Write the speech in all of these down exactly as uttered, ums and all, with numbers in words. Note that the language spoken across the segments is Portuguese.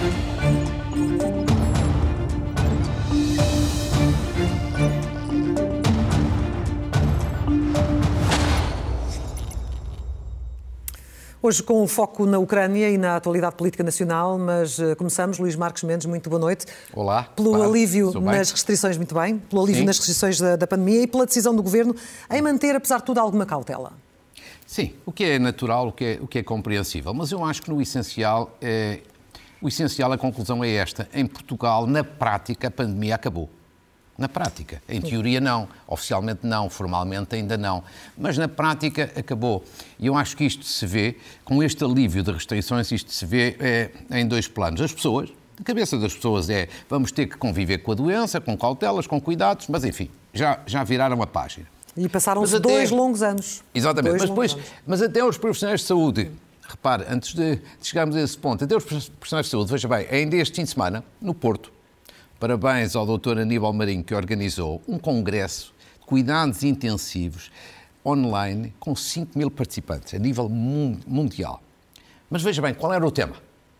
Hoje com o foco na Ucrânia e na atualidade política nacional, mas uh, começamos. Luís Marques Mendes, muito boa noite. Olá. Pelo Olá. alívio nas restrições, muito bem, pelo alívio Sim. nas restrições da, da pandemia e pela decisão do Governo em manter, apesar de tudo, alguma cautela. Sim, o que é natural, o que é, o que é compreensível, mas eu acho que no essencial, é, o essencial, a conclusão é esta. Em Portugal, na prática, a pandemia acabou. Na prática. Em teoria não, oficialmente não, formalmente ainda não, mas na prática acabou. E eu acho que isto se vê, com este alívio de restrições, isto se vê é, em dois planos. As pessoas, a cabeça das pessoas é, vamos ter que conviver com a doença, com cautelas, com cuidados, mas enfim, já, já viraram a página. E passaram-se até... dois longos anos. Exatamente, dois mas, depois, anos. mas até os profissionais de saúde, repare, antes de chegarmos a esse ponto, até os profissionais de saúde, veja bem, ainda este fim de semana, no Porto, parabéns ao doutor Aníbal Marinho, que organizou um congresso de cuidados intensivos online com cinco mil participantes, a nível mundial. Mas veja bem, qual era o tema?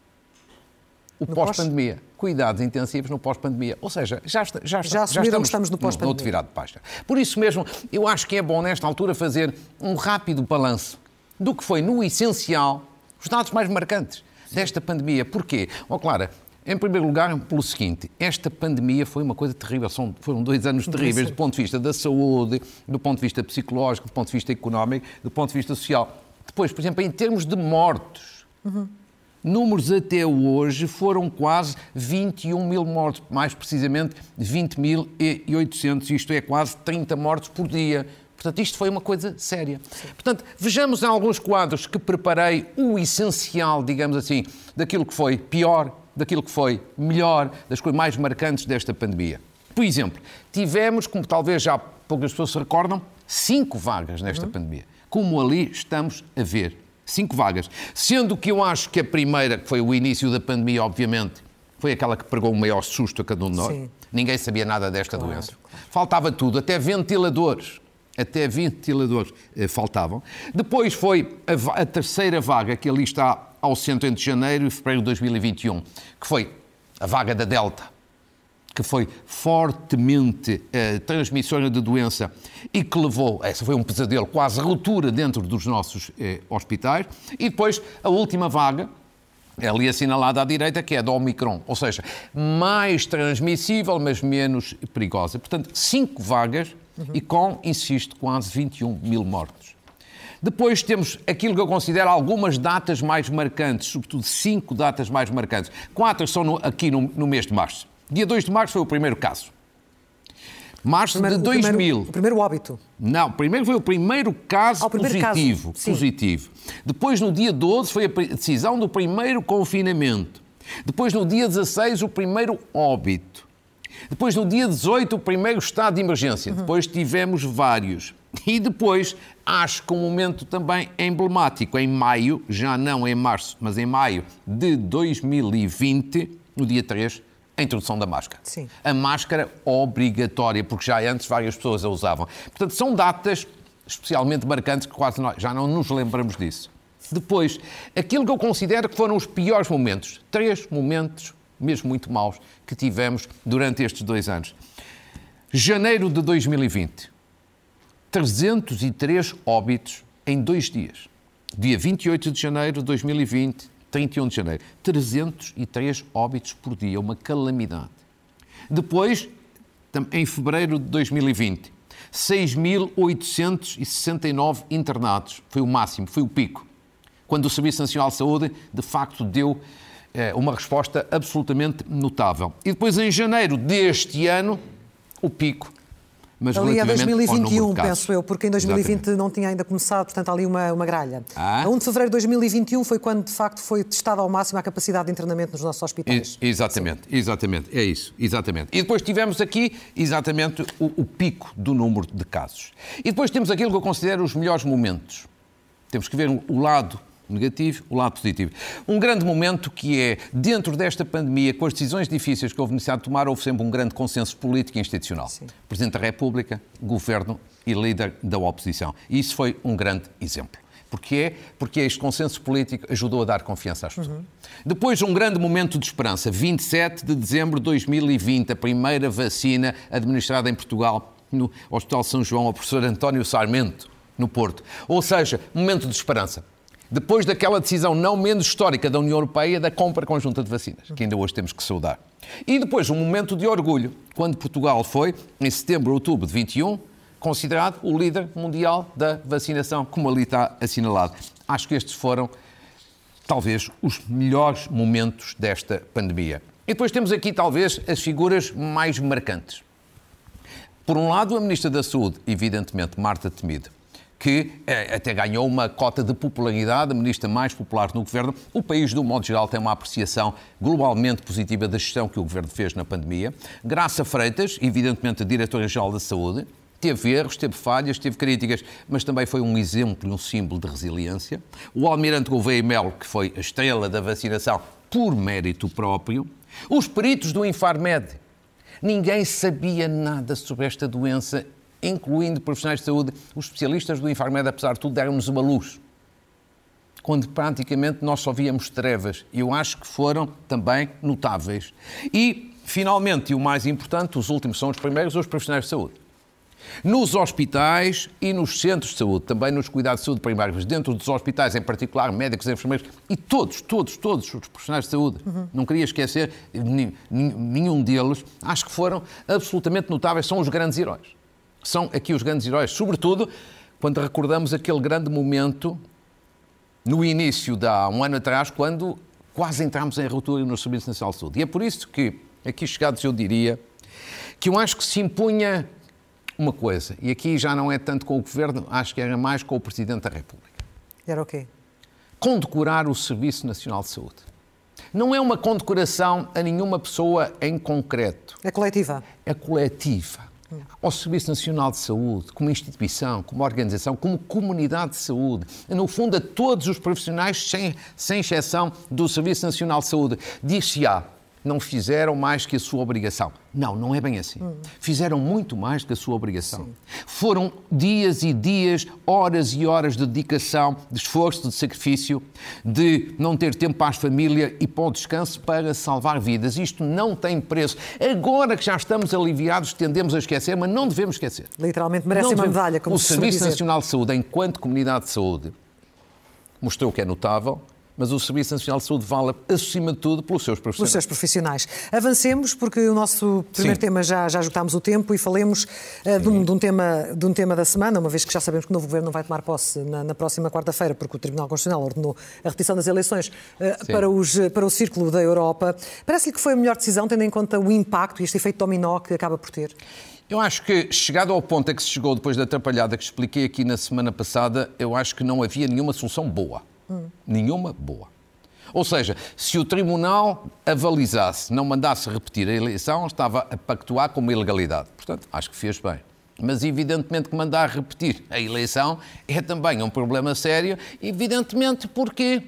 O pós-pandemia. Cuidados intensivos no pós-pandemia. Ou seja, já, está, já, já, já estamos, que estamos no pós-pandemia. No outro virado de página. Por isso mesmo, eu acho que é bom, nesta altura, fazer um rápido balanço do que foi, no essencial, os dados mais marcantes desta pandemia. Porquê? Ó, Clara, em primeiro lugar, pelo seguinte, esta pandemia foi uma coisa terrível, São, foram dois anos terríveis do ponto de vista da saúde, do ponto de vista psicológico, do ponto de vista económico, do ponto de vista social. Depois, por exemplo, em termos de mortos, uhum. números até hoje foram quase vinte e um mil mortos, mais precisamente vinte mil e oitocentos, isto é quase trinta mortos por dia. Portanto, isto foi uma coisa séria. Sim. Portanto, vejamos em alguns quadros que preparei o essencial, digamos assim, daquilo que foi pior, daquilo que foi melhor, das coisas mais marcantes desta pandemia. Por exemplo, tivemos, como talvez já poucas pessoas se recordam, cinco vagas nesta uhum. pandemia. Como ali estamos a ver. Cinco vagas. Sendo que eu acho que a primeira, que foi o início da pandemia, obviamente, foi aquela que pegou o maior susto a cada um de nós. Sim. Ninguém sabia nada desta claro, doença. Claro. Faltava tudo, até ventiladores. Até ventiladores eh, faltavam. Depois foi a, a terceira vaga, que ali está ao centro entre janeiro e fevereiro de dois mil e vinte e um, que foi a vaga da Delta, que foi fortemente eh, transmissora da doença e que levou, essa foi um pesadelo, quase ruptura dentro dos nossos eh, hospitais. E depois a última vaga, é ali assinalada à direita, que é a da Omicron, ou seja, mais transmissível, mas menos perigosa. Portanto, cinco vagas uhum. e com, insisto, quase vinte e um mil mortos. Depois temos aquilo que eu considero algumas datas mais marcantes, sobretudo cinco datas mais marcantes. Quatro são no, aqui no, no mês de março. Dia dois de março foi o primeiro caso. Março primeiro, de dois mil. O primeiro, o primeiro óbito. Não, primeiro foi o primeiro caso ah, o primeiro positivo. Caso. positivo. Depois, no dia doze, foi a decisão do primeiro confinamento. Depois, no dia dezasseis, o primeiro óbito. Depois, no dia dezoito, o primeiro estado de emergência. Uhum. Depois tivemos vários. E depois, acho que um momento também emblemático, em maio, já não em março, mas em maio de dois mil e vinte, no dia três, a introdução da máscara. Sim. A máscara obrigatória, porque já antes várias pessoas a usavam. Portanto, são datas especialmente marcantes que quase nós já não nos lembramos disso. Depois, aquilo que eu considero que foram os piores momentos, três momentos, mesmo muito maus, que tivemos durante estes dois anos. Janeiro de dois mil e vinte. trezentos e três óbitos em dois dias. Dia vinte e oito de janeiro de dois mil e vinte, trinta e um de janeiro. trezentos e três óbitos por dia, uma calamidade. Depois, em fevereiro de dois mil e vinte, seis mil oitocentos e sessenta e nove internados. Foi o máximo, foi o pico. Quando o Serviço Nacional de Saúde, de facto, deu eh, uma resposta absolutamente notável. E depois, em janeiro deste ano, o pico. Mas ali a dois mil e vinte e um, penso eu, porque em dois mil e vinte Exatamente. Não tinha ainda começado, portanto, há ali uma, uma gralha. Ah? A um de fevereiro de dois mil e vinte e um foi quando, de facto, foi testada ao máximo a capacidade de internamento nos nossos hospitais. E, exatamente, Sim. exatamente, é isso, exatamente. E depois tivemos aqui, exatamente, o, o pico do número de casos. E depois temos aquilo que eu considero os melhores momentos. Temos que ver o lado negativo, o lado positivo. Um grande momento que é, dentro desta pandemia, com as decisões difíceis que houve necessidade de tomar, houve sempre um grande consenso político e institucional. Sim. Presidente da República, Governo e líder da oposição. E isso foi um grande exemplo. Porque é porque este consenso político ajudou a dar confiança às pessoas. Uhum. Depois, um grande momento de esperança. vinte e sete de dezembro de dois mil e vinte, a primeira vacina administrada em Portugal, no Hospital São João, ao professor António Sarmento, no Porto. Ou seja, momento de esperança. Depois daquela decisão não menos histórica da União Europeia da compra conjunta de vacinas, que ainda hoje temos que saudar. E depois, um momento de orgulho, quando Portugal foi, em setembro, outubro de vinte e um, considerado o líder mundial da vacinação, como ali está assinalado. Acho que estes foram, talvez, os melhores momentos desta pandemia. E depois temos aqui, talvez, as figuras mais marcantes. Por um lado, a Ministra da Saúde, evidentemente, Marta Temido, que eh, até ganhou uma cota de popularidade, a ministra mais popular no Governo. O país, de um modo geral, tem uma apreciação globalmente positiva da gestão que o Governo fez na pandemia. Graça Freitas, evidentemente, a Diretora-Geral da Saúde, teve erros, teve falhas, teve críticas, mas também foi um exemplo e um símbolo de resiliência. O Almirante Gouveia Melo, que foi a estrela da vacinação por mérito próprio. Os peritos do Infarmed. Ninguém sabia nada sobre esta doença, incluindo profissionais de saúde. Os especialistas do Infarmed, apesar de tudo, deram-nos uma luz, quando praticamente nós só víamos trevas. E eu acho que foram também notáveis. E, finalmente, e o mais importante, os últimos são os primeiros, os profissionais de saúde. Nos hospitais e nos centros de saúde, também nos cuidados de saúde primários, dentro dos hospitais, em particular, médicos, enfermeiros e todos, todos, todos os profissionais de saúde. Uhum. Não queria esquecer nenhum deles. Acho que foram absolutamente notáveis, são os grandes heróis. São aqui os grandes heróis, sobretudo quando recordamos aquele grande momento no início de há um ano atrás, quando quase entramos em ruptura no Serviço Nacional de Saúde. E é por isso que, aqui chegados, eu diria que eu acho que se impunha uma coisa, e aqui já não é tanto com o Governo, acho que era mais com o Presidente da República. Era o quê? Condecorar o Serviço Nacional de Saúde. Não é uma condecoração a nenhuma pessoa em concreto. É coletiva? É coletiva. Hum. Ao Serviço Nacional de Saúde, como instituição, como organização, como comunidade de saúde. No fundo, a todos os profissionais, sem, sem exceção, do Serviço Nacional de Saúde. Diz-se-á, não fizeram mais que a sua obrigação. Não, não é bem assim. Hum. Fizeram muito mais que a sua obrigação. Sim. Foram dias e dias, horas e horas de dedicação, de esforço, de sacrifício, de não ter tempo para a família e para o descanso para salvar vidas. Isto não tem preço. Agora que já estamos aliviados, tendemos a esquecer, mas não devemos esquecer. Literalmente merece uma medalha, como o se Serviço Nacional de Saúde, enquanto comunidade de saúde, mostrou que é notável. Mas o Serviço Nacional de Saúde vale, acima de tudo, pelos seus profissionais. Pelos seus profissionais. Avancemos, porque o nosso primeiro Sim. tema já, já esgotámos o tempo e falemos uh, de, um, de, um tema, de um tema da semana, uma vez que já sabemos que o novo Governo não vai tomar posse na, na próxima quarta-feira, porque o Tribunal Constitucional ordenou a repetição das eleições uh, para, os, para o Círculo da Europa. Parece-lhe que foi a melhor decisão, tendo em conta o impacto e este efeito dominó que acaba por ter? Eu acho que, chegado ao ponto a que se chegou depois da atrapalhada que expliquei aqui na semana passada, eu acho que não havia nenhuma solução boa. Hum. Nenhuma boa. Ou seja, se o Tribunal avalizasse, não mandasse repetir a eleição, estava a pactuar com uma ilegalidade. Portanto, acho que fez bem. Mas, evidentemente, que mandar repetir a eleição é também um problema sério, evidentemente porque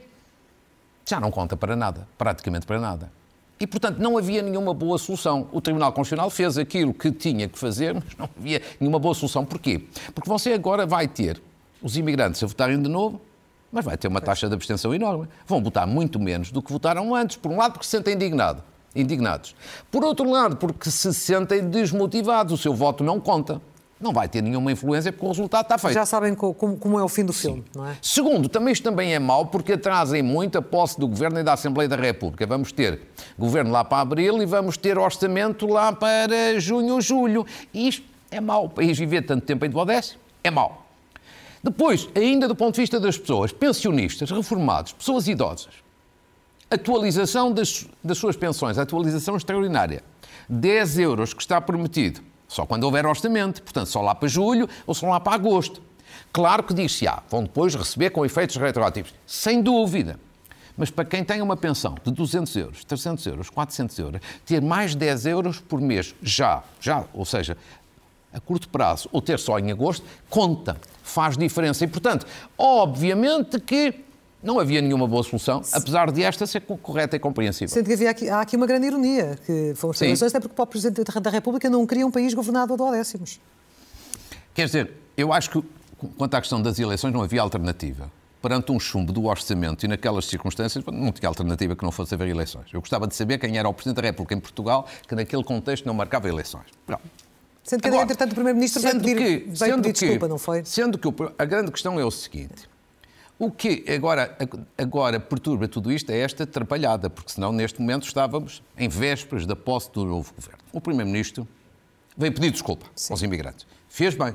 já não conta para nada, praticamente para nada. E, portanto, não havia nenhuma boa solução. O Tribunal Constitucional fez aquilo que tinha que fazer, mas não havia nenhuma boa solução. Porquê? Porque você agora vai ter os imigrantes a votarem de novo, mas vai ter uma taxa de abstenção enorme. Vão votar muito menos do que votaram antes. Por um lado, porque se sentem indignado, indignados. Por outro lado, porque se sentem desmotivados. O seu voto não conta. Não vai ter nenhuma influência porque o resultado está feito. Já sabem como, como é o fim do filme, Sim. não é? Segundo, também isto também é mau porque atrasem muito a posse do Governo e da Assembleia da República. Vamos ter Governo lá para abril e vamos ter orçamento lá para junho ou julho. E isto é mau. O país viver tanto tempo em duodécimo é mau. Depois, ainda do ponto de vista das pessoas, pensionistas, reformados, pessoas idosas, atualização das, das suas pensões, atualização extraordinária, dez euros que está prometido, só quando houver orçamento, portanto só lá para julho ou só lá para agosto. Claro que diz-se, ah, vão depois receber com efeitos retroativos, sem dúvida. Mas para quem tem uma pensão de duzentos euros, trezentos euros, quatrocentos euros, ter mais dez euros por mês já, já, ou seja, a curto prazo, ou ter só em agosto, conta, faz diferença. E, portanto, obviamente que não havia nenhuma boa solução, apesar de esta ser correta e compreensível. Sendo que havia aqui, há aqui uma grande ironia, que foram as eleições, até porque o próprio Presidente da República não queria um país governado a duodécimos. Quer dizer, eu acho que, quanto à questão das eleições, não havia alternativa. perante um chumbo do orçamento e naquelas circunstâncias não tinha alternativa que não fosse haver eleições. Eu gostava de saber quem era o Presidente da República em Portugal que naquele contexto não marcava eleições. Não. Sendo que, agora, entretanto, o Primeiro-Ministro veio pedir, que, veio sendo pedir desculpa, que, não foi? Sendo que a grande questão é o seguinte, o que agora, agora perturba tudo isto é esta atrapalhada, porque senão neste momento estávamos em vésperas da posse do novo governo. O Primeiro-Ministro veio pedir desculpa Sim. aos imigrantes. Fez bem.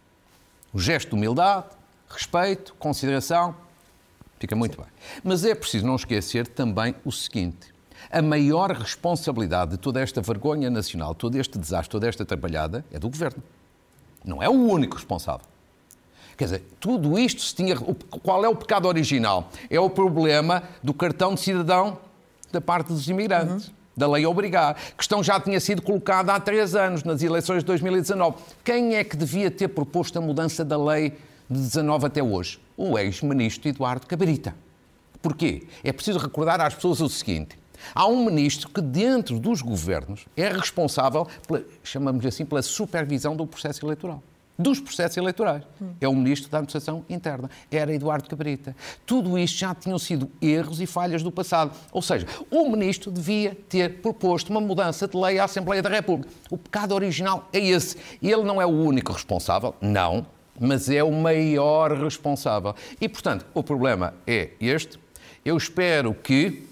O gesto de humildade, respeito, consideração, fica muito Sim. bem. Mas é preciso não esquecer também o seguinte, a maior responsabilidade de toda esta vergonha nacional, todo este desastre, toda esta atrapalhada, é do Governo. Não é o único responsável. Quer dizer, tudo isto se tinha... Qual é o pecado original? É o problema do cartão de cidadão da parte dos imigrantes, uhum. da lei a obrigar. A questão já tinha sido colocada há três anos, nas eleições de dois mil e dezanove. Quem é que devia ter proposto a mudança da lei de dezanove até hoje? O ex-ministro Eduardo Cabrita. Porquê? É preciso recordar às pessoas o seguinte. Há um ministro que, dentro dos governos, é responsável, pela, chamamos assim, pela supervisão do processo eleitoral. Dos processos eleitorais. Hum. É o Ministro da Administração Interna. Era Eduardo Cabrita. Tudo isto já tinham sido erros e falhas do passado. Ou seja, o Ministro devia ter proposto uma mudança de lei à Assembleia da República. O pecado original é esse. Ele não é o único responsável, não, mas é o maior responsável. E, portanto, o problema é este. Eu espero que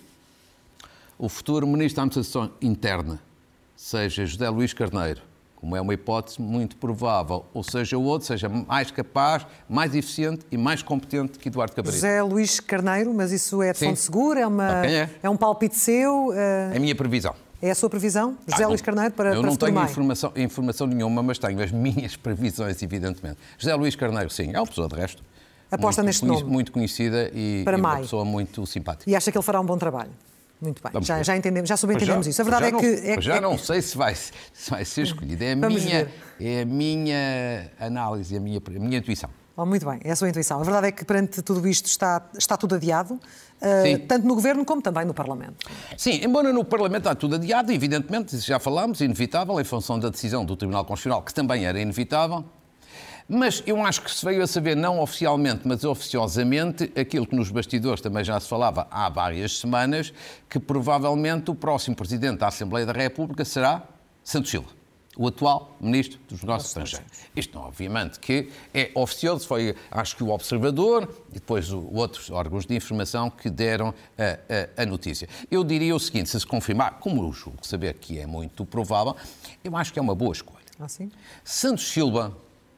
o futuro Ministro da Administração Interna seja José Luís Carneiro, como é uma hipótese muito provável, ou seja, o outro seja mais capaz, mais eficiente e mais competente que Eduardo Cabrita. José Luís Carneiro, mas isso é de fonte segura? É, uma, é? é um palpite seu? Uh... É a minha previsão. É a sua previsão? José ah, Luís Carneiro para Eu para não tenho informação, informação nenhuma, mas tenho as minhas previsões, evidentemente. José Luís Carneiro, sim, é uma pessoa de resto. Aposta muito neste conhec- nome? Muito conhecida e, e uma pessoa muito simpática. E acha que ele fará um bom trabalho? Muito bem, já, já entendemos, já subentendemos isso. A verdade é não, que... É, já é, não sei se vai, se vai ser escolhido. É a, minha, é a minha análise, a minha, a minha intuição. Oh, muito bem, é a sua intuição. A verdade é que perante tudo isto está, está tudo adiado, uh, tanto no Governo como também no Parlamento. Sim, embora no Parlamento está tudo adiado, evidentemente, já falámos, inevitável, em função da decisão do Tribunal Constitucional, que também era inevitável. Mas eu acho que se veio a saber, não oficialmente, mas oficiosamente, aquilo que nos bastidores também já se falava há várias semanas, que provavelmente o próximo Presidente da Assembleia da República será Santos Silva, o atual Ministro dos Negócios Estrangeiros. Isto, obviamente, que é oficioso, foi, acho que o Observador e depois o, outros órgãos de informação que deram a, a, a notícia. Eu diria o seguinte, se se confirmar, como eu julgo saber que é muito provável, eu acho que é uma boa escolha. Ah, sim? Santos Silva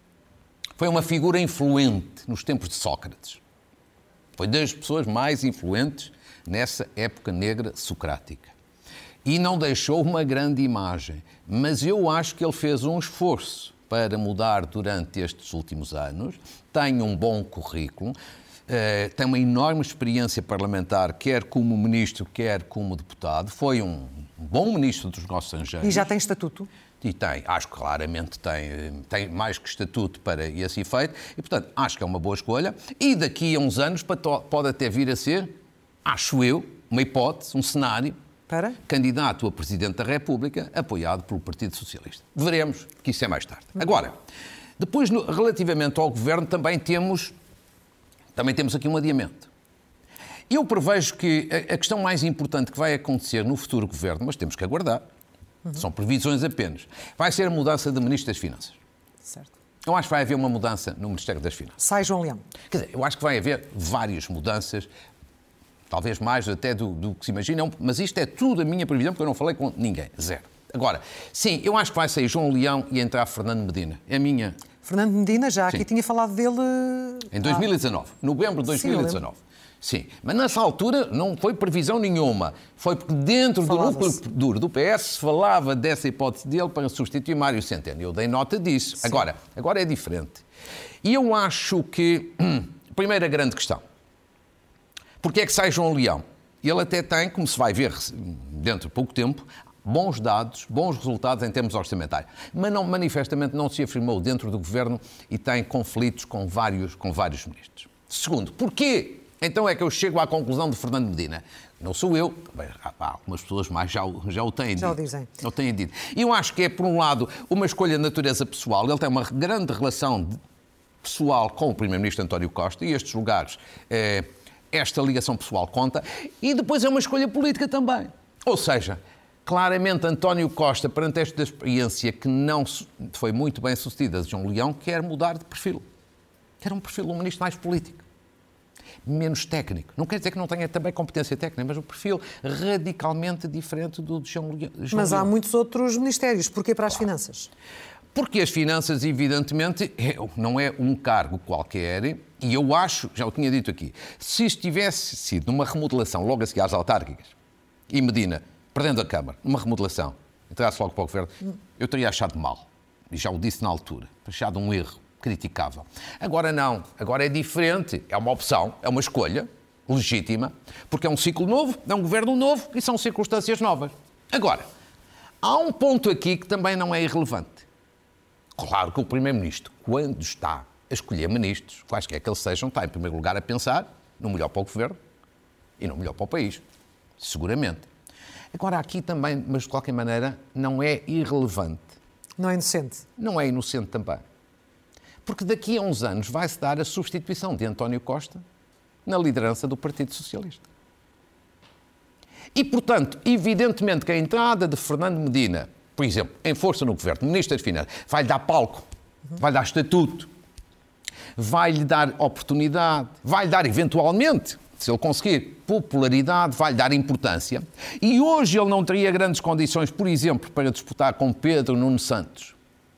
foi uma figura influente nos tempos de Sócrates. Foi das pessoas mais influentes nessa época negra socrática. E não deixou uma grande imagem. Mas eu acho que ele fez um esforço para mudar durante estes últimos anos. Tem um bom currículo, tem uma enorme experiência parlamentar, quer como ministro, quer como deputado. Foi um bom ministro dos Negócios Estrangeiros. E já tem estatuto? E tem, acho que claramente tem, tem mais que estatuto para esse efeito e, portanto, acho que é uma boa escolha e daqui a uns anos pode até vir a ser, acho eu, uma hipótese, um cenário, para? Candidato a Presidente da República apoiado pelo Partido Socialista. Veremos, que isso é mais tarde. Agora, depois, relativamente ao Governo, também temos, também temos aqui um adiamento. Eu prevejo que a questão mais importante que vai acontecer no futuro Governo, mas temos que aguardar, Uhum. são previsões apenas, vai ser a mudança de Ministro das Finanças. Certo. Eu acho que vai haver uma mudança no Ministério das Finanças. Sai João Leão. Quer dizer, eu acho que vai haver várias mudanças, talvez mais até do, do que se imaginam, mas isto é tudo a minha previsão, porque eu não falei com ninguém, zero. Agora, sim, eu acho que vai sair João Leão e entrar Fernando Medina. É a minha... Fernando Medina, já aqui sim. tinha falado dele... Em dois mil e dezanove, ah. novembro de dois mil e dezanove. Sim, mas nessa altura não foi previsão nenhuma. Foi porque dentro do núcleo duro do P S se falava dessa hipótese dele para substituir Mário Centeno. Eu dei nota disso. Sim. Agora, agora é diferente. E eu acho que, primeira grande questão, porque é que sai João Leão? Ele até tem, como se vai ver dentro de pouco tempo, bons dados, bons resultados em termos orçamentários. Mas não, manifestamente não se afirmou dentro do Governo e tem conflitos com vários, com vários ministros. Segundo, porquê? Então é que eu chego à conclusão de Fernando Medina. Não sou eu, bem, há algumas pessoas mais já, já o têm já dito. o dizem. Já o têm dito. E eu acho que é, por um lado, uma escolha de natureza pessoal. Ele tem uma grande relação de, pessoal com o primeiro-ministro António Costa, e estes lugares, eh, esta ligação pessoal conta, e depois é uma escolha política também. Ou seja, claramente António Costa, perante esta experiência que não foi muito bem sucedida de João Leão, quer mudar de perfil. Quer um perfil de um ministro mais político, menos técnico. Não quer dizer que não tenha também competência técnica, mas um perfil radicalmente diferente do de João Leão. Mas há muitos outros ministérios. Porquê para as claro. finanças? Porque as finanças, evidentemente, não é um cargo qualquer, e eu acho, já o tinha dito aqui, se isto tivesse sido numa remodelação logo a seguir às autárquicas, e Medina, perdendo a Câmara, numa remodelação, entrasse logo para o Governo, eu teria achado mal. E já o disse na altura, achado um erro criticável. Agora não, agora é diferente, é uma opção, é uma escolha legítima, porque é um ciclo novo, é um governo novo e são circunstâncias novas. Agora, há um ponto aqui que também não é irrelevante. Claro que o Primeiro-Ministro, quando está a escolher ministros, quaisquer que eles sejam, está em primeiro lugar a pensar no melhor para o governo e no melhor para o país. Seguramente. Agora, aqui também, mas de qualquer maneira, não é irrelevante. Não é inocente. Não é inocente também. Porque daqui a uns anos vai-se dar a substituição de António Costa na liderança do Partido Socialista. E, portanto, evidentemente que a entrada de Fernando Medina, por exemplo, em força no governo, Ministro das Finanças, vai-lhe dar palco, vai-lhe dar estatuto, vai-lhe dar oportunidade, vai-lhe dar, eventualmente, se ele conseguir popularidade, vai-lhe dar importância. E hoje ele não teria grandes condições, por exemplo, para disputar com Pedro Nuno Santos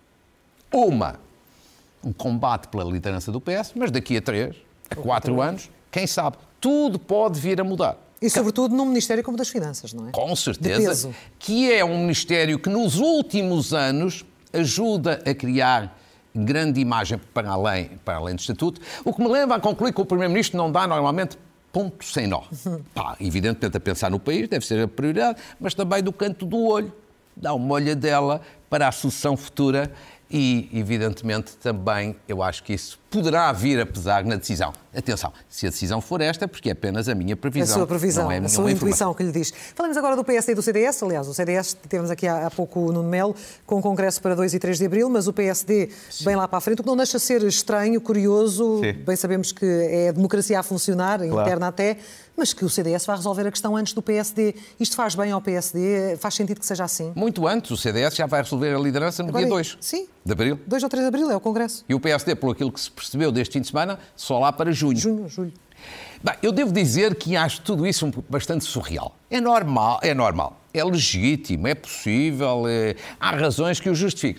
uma, um combate pela liderança do P S, mas daqui a três, a quatro anos, quem sabe, tudo pode vir a mudar. E sobretudo num Ministério como das Finanças, não é? Com certeza, que é um Ministério que nos últimos anos ajuda a criar grande imagem para além, para além do Estatuto, o que me leva a concluir que o Primeiro-Ministro não dá normalmente ponto sem nó. Pá, evidentemente a pensar no país, deve ser a prioridade, mas também do canto do olho, dá uma olhadela para a sucessão futura e, evidentemente, também eu acho que isso poderá vir a pesar na decisão. Atenção, se a decisão for esta, porque é apenas a minha previsão. A sua previsão, não é a sua intuição que lhe diz. Falamos agora do P S D e do C D S. Aliás, o C D S, tivemos aqui há, há pouco o Nuno Melo, com o Congresso para dois e três de abril, mas o P S D Sim. bem lá para a frente, o que não deixa de ser estranho, curioso. Sim. Bem sabemos que é a democracia a funcionar, claro. interna até, mas que o C D S vai resolver a questão antes do P S D. Isto faz bem ao P S D? Faz sentido que seja assim? Muito antes. O C D S já vai resolver a liderança no agora, dia dois sim. de abril. dois ou três de abril é o Congresso. E o P S D, por aquilo que se percebeu deste fim de semana, só lá para junho. Junho, julho. Bem, eu devo dizer que acho tudo isso bastante surreal. É normal, é normal, é legítimo, é possível, é... há razões que o justificam.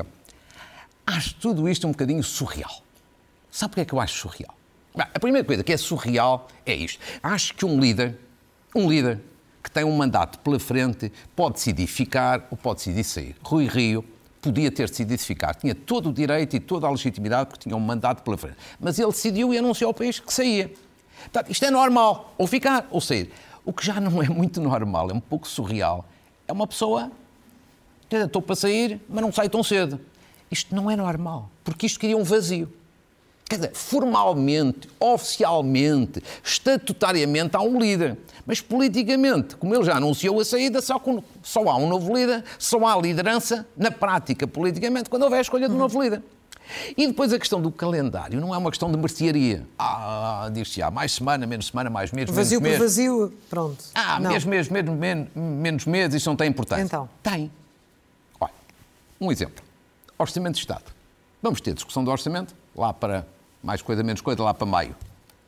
Acho tudo isto um bocadinho surreal. Sabe porquê é que eu acho surreal? Bem, a primeira coisa que é surreal é isto. Acho que um líder, um líder que tem um mandato pela frente pode decidir ficar ou pode decidir sair. Rui Rio podia ter decidido ficar, tinha todo o direito e toda a legitimidade porque tinha um mandato pela frente. Mas ele decidiu e anunciou ao país que saía. Portanto, isto é normal, ou ficar ou sair. O que já não é muito normal, é um pouco surreal, é uma pessoa, quer dizer, estou para sair, mas não saio tão cedo. Isto não é normal, porque isto cria um vazio. Quer dizer, formalmente, oficialmente, estatutariamente há um líder, mas politicamente, como ele já anunciou a saída, só, com, só há um novo líder, só há liderança na prática, politicamente, quando houver a escolha do uhum. novo líder. E depois a questão do calendário, não é uma questão de mercearia. Ah, diz-se, há mais semana, menos semana, mais mês, vazio menos mês. Vazio por vazio, pronto. Ah, mês, mês, mês, menos, menos meses, isso não tem importância. Então. Tem. Olha, um exemplo. Orçamento de Estado. Vamos ter discussão do orçamento, lá para mais coisa, menos coisa, lá para maio.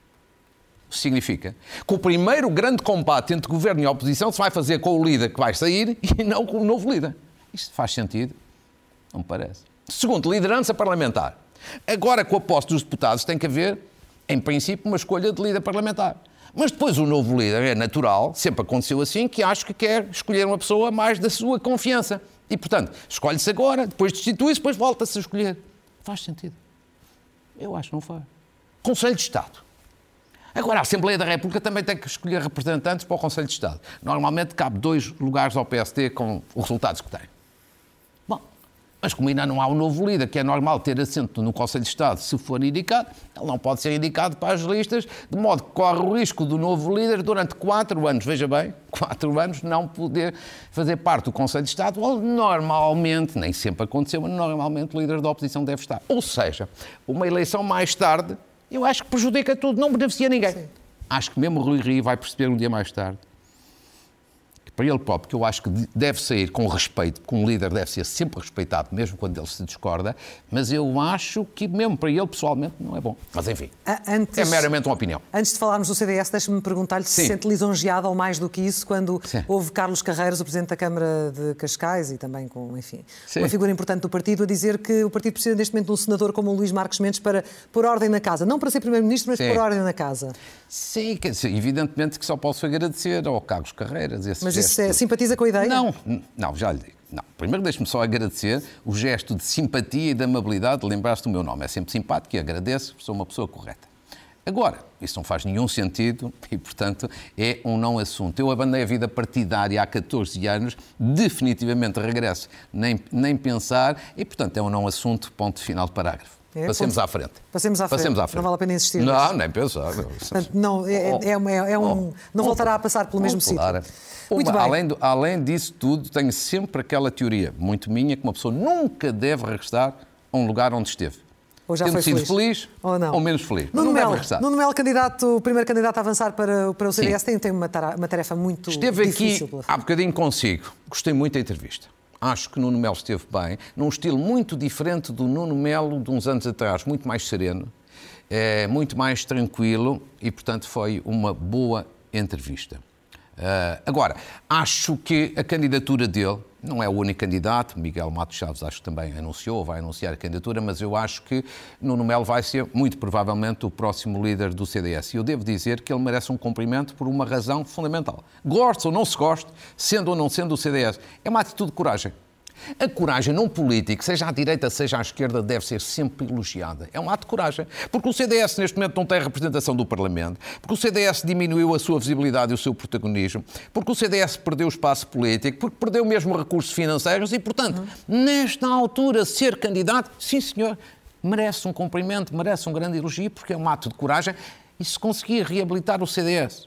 Isso significa que o primeiro grande combate entre governo e oposição se vai fazer com o líder que vai sair e não com o novo líder. Isto faz sentido? Não me parece. Segundo, liderança parlamentar. Agora, com a posse dos deputados, tem que haver, em princípio, uma escolha de líder parlamentar. Mas depois o novo líder é natural, sempre aconteceu assim, que acho que quer escolher uma pessoa mais da sua confiança. E, portanto, escolhe-se agora, depois destitui-se, depois volta-se a escolher. Faz sentido? Eu acho que não faz. Conselho de Estado. Agora, a Assembleia da República também tem que escolher representantes para o Conselho de Estado. Normalmente cabe dois lugares ao P S D com os resultados que tem. Bom, Mas como ainda não há um novo líder, que é normal ter assento no Conselho de Estado, se for indicado, ele não pode ser indicado para as listas, de modo que corre o risco do novo líder, durante quatro anos, veja bem, quatro anos, não poder fazer parte do Conselho de Estado, onde normalmente, nem sempre aconteceu, mas normalmente o líder da oposição deve estar. Ou seja, uma eleição mais tarde, eu acho que prejudica tudo, não beneficia ninguém. Sim. Acho que mesmo o Rui Rio vai perceber um dia mais tarde, para ele próprio, que eu acho que deve sair com respeito, porque um líder deve ser sempre respeitado, mesmo quando ele se discorda, mas eu acho que mesmo para ele, pessoalmente, não é bom. Mas, enfim, antes, é meramente uma opinião. Antes de falarmos do C D S, deixe-me perguntar-lhe se se sente lisonjeado ou mais do que isso, quando Sim. houve Carlos Carreiras, o Presidente da Câmara de Cascais, e também com, enfim, Sim. uma figura importante do partido, a dizer que o partido precisa neste momento de um senador como o Luís Marques Mendes para pôr ordem na casa. Não para ser Primeiro-Ministro, mas Sim. pôr ordem na casa. Sim, evidentemente que só posso agradecer ao Carlos Carreiras. Esse mas isso é, simpatiza com a ideia? Não, não, já lhe digo. Não. Primeiro deixe-me só agradecer o gesto de simpatia e de amabilidade de lembrar-se do meu nome. É sempre simpático e agradeço, sou uma pessoa correta. Agora, isso não faz nenhum sentido e, portanto, é um não assunto. Eu abandonei a vida partidária há catorze anos, definitivamente regresso, nem, nem pensar, e, portanto, é um não assunto, ponto final de parágrafo. É, Passemos ponto. à frente. Passemos à frente. Passemos à frente. Não vale a pena insistir. Não, mas... nem pensar. Portanto, não, é, é, é, é um, não voltará a passar pelo mesmo sítio. Muito bem. Além, do, além disso tudo, tenho sempre aquela teoria, muito minha, que uma pessoa nunca deve regressar a um lugar onde esteve. Ou já Tendo foi sido feliz, feliz ou, não. ou menos feliz. Nuno não Melo, deve regressar. Nuno Melo, candidato, o primeiro candidato a avançar para, para o C D S, tem, tem uma, tarefa, uma tarefa muito Esteve difícil. Esteve aqui há bocadinho consigo. Gostei muito da entrevista. Acho que Nuno Melo esteve bem, num estilo muito diferente do Nuno Melo de uns anos atrás, muito mais sereno, é, muito mais tranquilo e, portanto, foi uma boa entrevista. Uh, agora, acho que a candidatura dele, não é o único candidato, Miguel Matos Chaves acho que também anunciou, vai anunciar a candidatura, mas eu acho que Nuno Melo vai ser, muito provavelmente, o próximo líder do C D S. E eu devo dizer que ele merece um cumprimento por uma razão fundamental. Goste ou não se goste, sendo ou não sendo o C D S, é uma atitude de coragem. A coragem num político, seja à direita, seja à esquerda, deve ser sempre elogiada. É um ato de coragem. Porque o C D S neste momento não tem representação do Parlamento, porque o C D S diminuiu a sua visibilidade e o seu protagonismo, porque o C D S perdeu espaço político, porque perdeu mesmo recursos financeiros e, portanto, uhum. nesta altura, ser candidato, sim senhor, merece um cumprimento, merece um grande elogio, porque é um ato de coragem. E se conseguir reabilitar o C D S,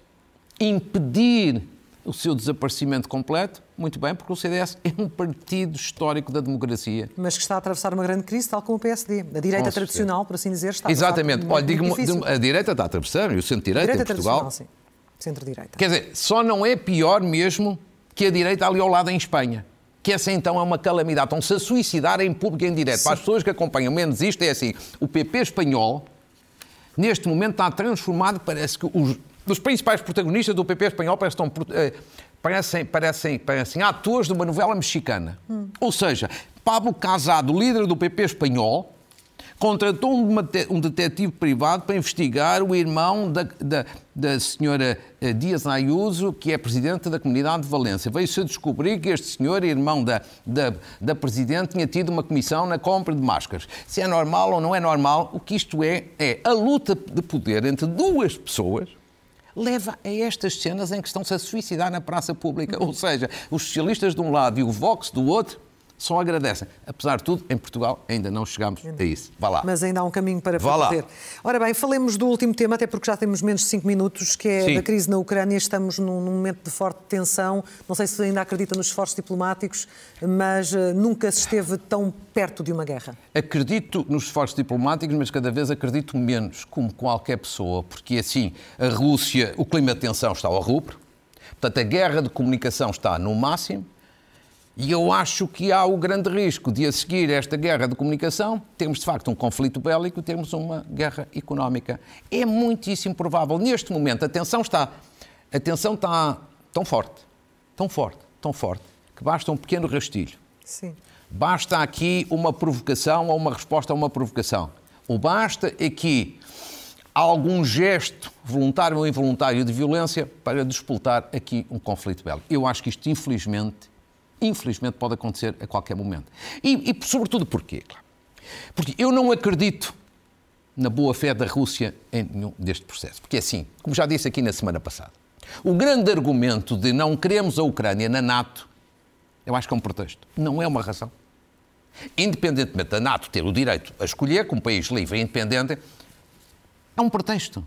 impedir o seu desaparecimento completo, muito bem, porque o C D S é um partido histórico da democracia. Mas que está a atravessar uma grande crise, tal como o P S D. A direita tradicional, por assim dizer, está a Exatamente. Olha, digo-me, a direita está a atravessar, e o centro-direita em Portugal. Sim. Centro-direita. Quer dizer, só não é pior mesmo que a direita ali ao lado em Espanha. Que essa então é uma calamidade. Estão-se a suicidar em público e em direto. Para as pessoas que acompanham menos isto, é assim, o P P espanhol, neste momento está transformado, parece que os dos principais protagonistas do P P espanhol parecem, parecem, parecem, parecem atores de uma novela mexicana. Hum. Ou seja, Pablo Casado, líder do P P espanhol, contratou um detetive privado para investigar o irmão da, da, da senhora Díaz Ayuso, que é presidente da Comunidade de Valência. Veio-se a descobrir que este senhor, irmão da, da, da presidente, tinha tido uma comissão na compra de máscaras. Se é normal ou não é normal, o que isto é, é a luta de poder entre duas pessoas leva a estas cenas em que estão-se a suicidar na praça pública. Ou seja, os socialistas de um lado e o Vox do outro só agradecem. Apesar de tudo, em Portugal ainda não chegamos a isso. Vá lá. Mas ainda há um caminho para percorrer. Ora bem, falemos do último tema, até porque já temos menos de cinco minutos, que é Sim. da crise na Ucrânia. Estamos num, num momento de forte tensão. Não sei se ainda acredita nos esforços diplomáticos, mas uh, nunca se esteve tão perto de uma guerra. Acredito nos esforços diplomáticos, mas cada vez acredito menos, como qualquer pessoa, porque assim, a Rússia, o clima de tensão está ao rubro, portanto a guerra de comunicação está no máximo. E eu acho que há o grande risco de, a seguir esta guerra de comunicação, termos de facto um conflito bélico, termos uma guerra económica. É muitíssimo provável. Neste momento a tensão está, a tensão está tão forte, tão forte, tão forte, que basta um pequeno rastilho. Sim. Basta aqui uma provocação ou uma resposta a uma provocação. Ou basta aqui algum gesto voluntário ou involuntário de violência para despoltar aqui um conflito bélico. Eu acho que isto, infelizmente, Infelizmente pode acontecer a qualquer momento. E, e sobretudo porquê? Porque eu não acredito na boa-fé da Rússia em nenhum deste processo. Porque assim, como já disse aqui na semana passada, o grande argumento de não queremos a Ucrânia na NATO, eu acho que é um pretexto. Não é uma razão. independentemente da NATO ter o direito a escolher, como país livre e independente, é um pretexto.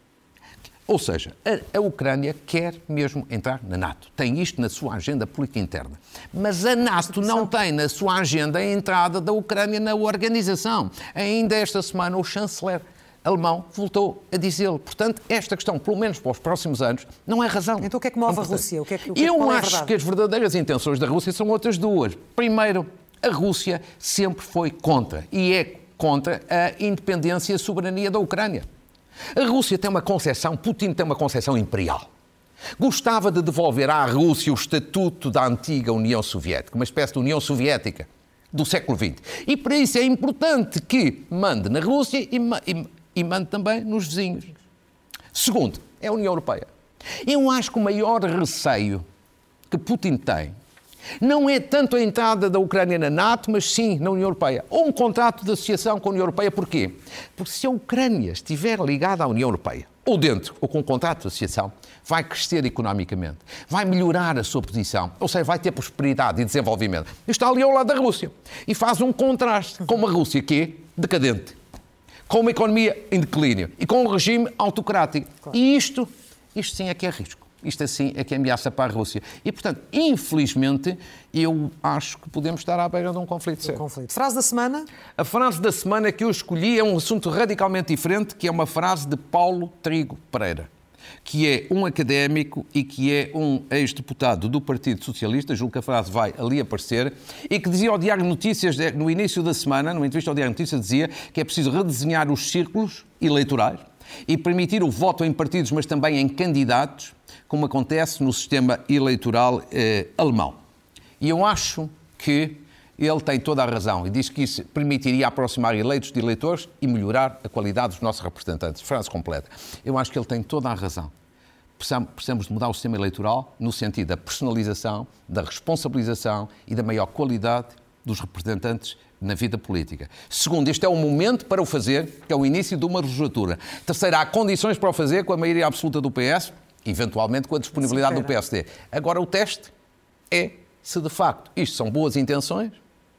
Ou seja, a, a Ucrânia quer mesmo entrar na NATO. Tem isto na sua agenda política interna. Mas a NATO não tem na sua agenda a entrada da Ucrânia na organização. Ainda esta semana o chanceler alemão voltou a dizê-lo. Portanto, esta questão, pelo menos para os próximos anos, não é razão. Então o que é que move a Rússia? O que é que, o que Eu é que acho é que as verdadeiras intenções da Rússia são outras duas. Primeiro, a Rússia sempre foi contra, e é contra a independência e a soberania da Ucrânia. A Rússia tem uma concepção, Putin tem uma concepção imperial. Gostava de devolver à Rússia o estatuto da antiga União Soviética, uma espécie de União Soviética do século vinte. E para isso é importante que mande na Rússia e, e, e mande também nos vizinhos. Segundo, é a União Europeia. Eu acho que o maior receio que Putin tem não é tanto a entrada da Ucrânia na NATO, mas sim na União Europeia. Ou um contrato de associação com a União Europeia. Porquê? Porque se a Ucrânia estiver ligada à União Europeia, ou dentro, ou com um contrato de associação, vai crescer economicamente, vai melhorar a sua posição, ou seja, vai ter prosperidade e desenvolvimento. Está ali ao lado da Rússia. E faz um contraste com uma Rússia que é decadente, com uma economia em declínio e com um regime autocrático. Claro. E isto, isto sim é que é risco. Isto assim é que é ameaça para a Rússia. E, portanto, infelizmente, eu acho que podemos estar à beira de um conflito sério. Um conflito. Frase da semana? A frase da semana que eu escolhi é um assunto radicalmente diferente, que é uma frase de Paulo Trigo Pereira, que é um académico e que é um ex-deputado do Partido Socialista, julgo que a frase vai ali aparecer, e que dizia ao Diário de Notícias, no início da semana, numa entrevista ao Diário de Notícias, dizia que é preciso redesenhar os círculos eleitorais e permitir o voto em partidos, mas também em candidatos, como acontece no sistema eleitoral eh, alemão. E eu acho que ele tem toda a razão e diz que isso permitiria aproximar eleitos de eleitores e melhorar a qualidade dos nossos representantes. Frase completa. Eu acho que ele tem toda a razão. Precisamos de mudar o sistema eleitoral no sentido da personalização, da responsabilização e da maior qualidade dos representantes na vida política. Segundo, este é o momento para o fazer, que é o início de uma legislatura. Terceiro, há condições para o fazer com a maioria absoluta do P S, eventualmente com a disponibilidade do P S D. Agora, o teste é se, de facto, isto são boas intenções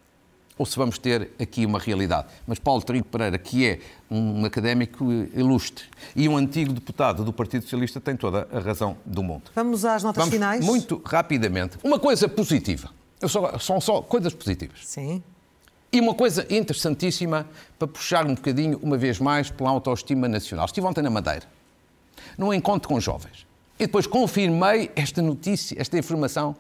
ou se vamos ter aqui uma realidade. Mas Paulo Trigo Pereira, que é um académico ilustre e um antigo deputado do Partido Socialista, tem toda a razão do mundo. Vamos às notas vamos finais? Muito rapidamente. Uma coisa positiva. Eu só, são só coisas positivas. Sim. E uma coisa interessantíssima para puxar um bocadinho, uma vez mais, pela autoestima nacional. Estive ontem na Madeira, num encontro com jovens. E depois confirmei esta notícia, esta informação,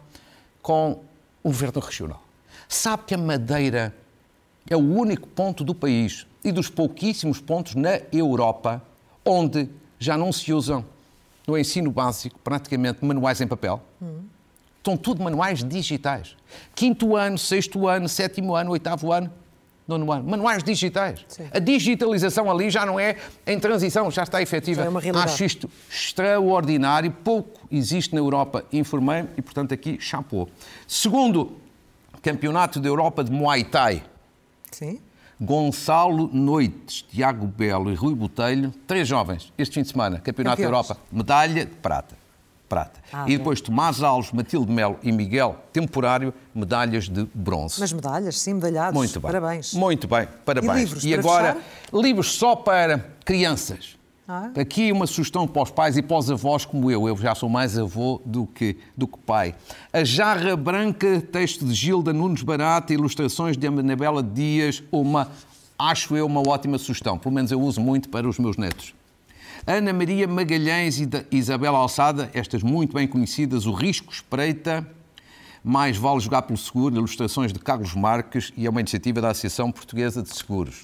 com o Governo Regional. Sabe que a Madeira é o único ponto do país e dos pouquíssimos pontos na Europa onde já não se usam no ensino básico praticamente manuais em papel. Hum. Estão tudo manuais digitais. Quinto ano, sexto ano, sétimo ano, oitavo ano, nono ano. Manuais digitais. Sim. A digitalização ali já não é em transição, já está efetiva. Já é uma realidade. Acho isto extraordinário. Pouco existe na Europa, informei-me, e, portanto, aqui, chapou. Segundo, Campeonato da Europa de Muay Thai. Sim. Gonçalo Noites, Tiago Belo e Rui Botelho, três jovens, este fim de semana, Campeonato Campeões. da Europa, medalha de prata. prata. Ah, e depois bem. Tomás Alves, Matilde Melo e Miguel Temporário, medalhas de bronze. Mas medalhas, sim, medalhados. Muito bem. Parabéns. Muito bem, parabéns. E livros e para agora, fechar? livros só para crianças. Ah. Aqui uma sugestão para os pais e para os avós como eu. Eu já sou mais avô do que, do que pai. A Jarra Branca, texto de Gilda Nunes Barata, ilustrações de Anabela Dias, uma, acho eu, uma ótima sugestão. Pelo menos eu uso muito para os meus netos. Ana Maria Magalhães e Isabela Alçada, estas muito bem conhecidas, O Risco Espreita, Mais Vale Jogar pelo Seguro, ilustrações de Carlos Marques, e é uma iniciativa da Associação Portuguesa de Seguros.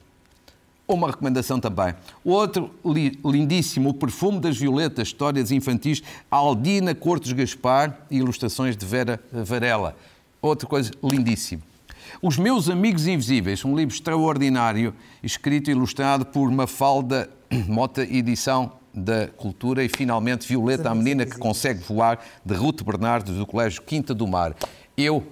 Uma recomendação também. Outro li, lindíssimo, O Perfume das Violetas, histórias infantis, Aldina Cortes Gaspar e ilustrações de Vera Varela. Outra coisa lindíssima. Os Meus Amigos Invisíveis, um livro extraordinário, escrito e ilustrado por Mafalda Mota, edição da Cultura, e finalmente Violeta, a menina que consegue voar, de Ruth Bernardes, do Colégio Quinta do Mar. Eu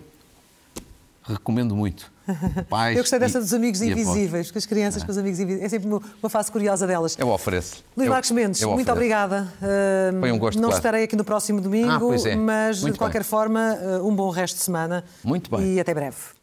recomendo muito. Pais Eu gostei desta e, dos amigos invisíveis, porque as crianças ah. com os amigos invisíveis, é sempre uma, uma fase curiosa delas. Eu ofereço. Luís eu, Marcos Mendes, eu muito ofereço. obrigada. Uh, Foi um gosto, Não claro. estarei aqui no próximo domingo, Ah, pois é. mas Muito de qualquer bem. forma, uh, um bom resto de semana. Muito bem. E até breve.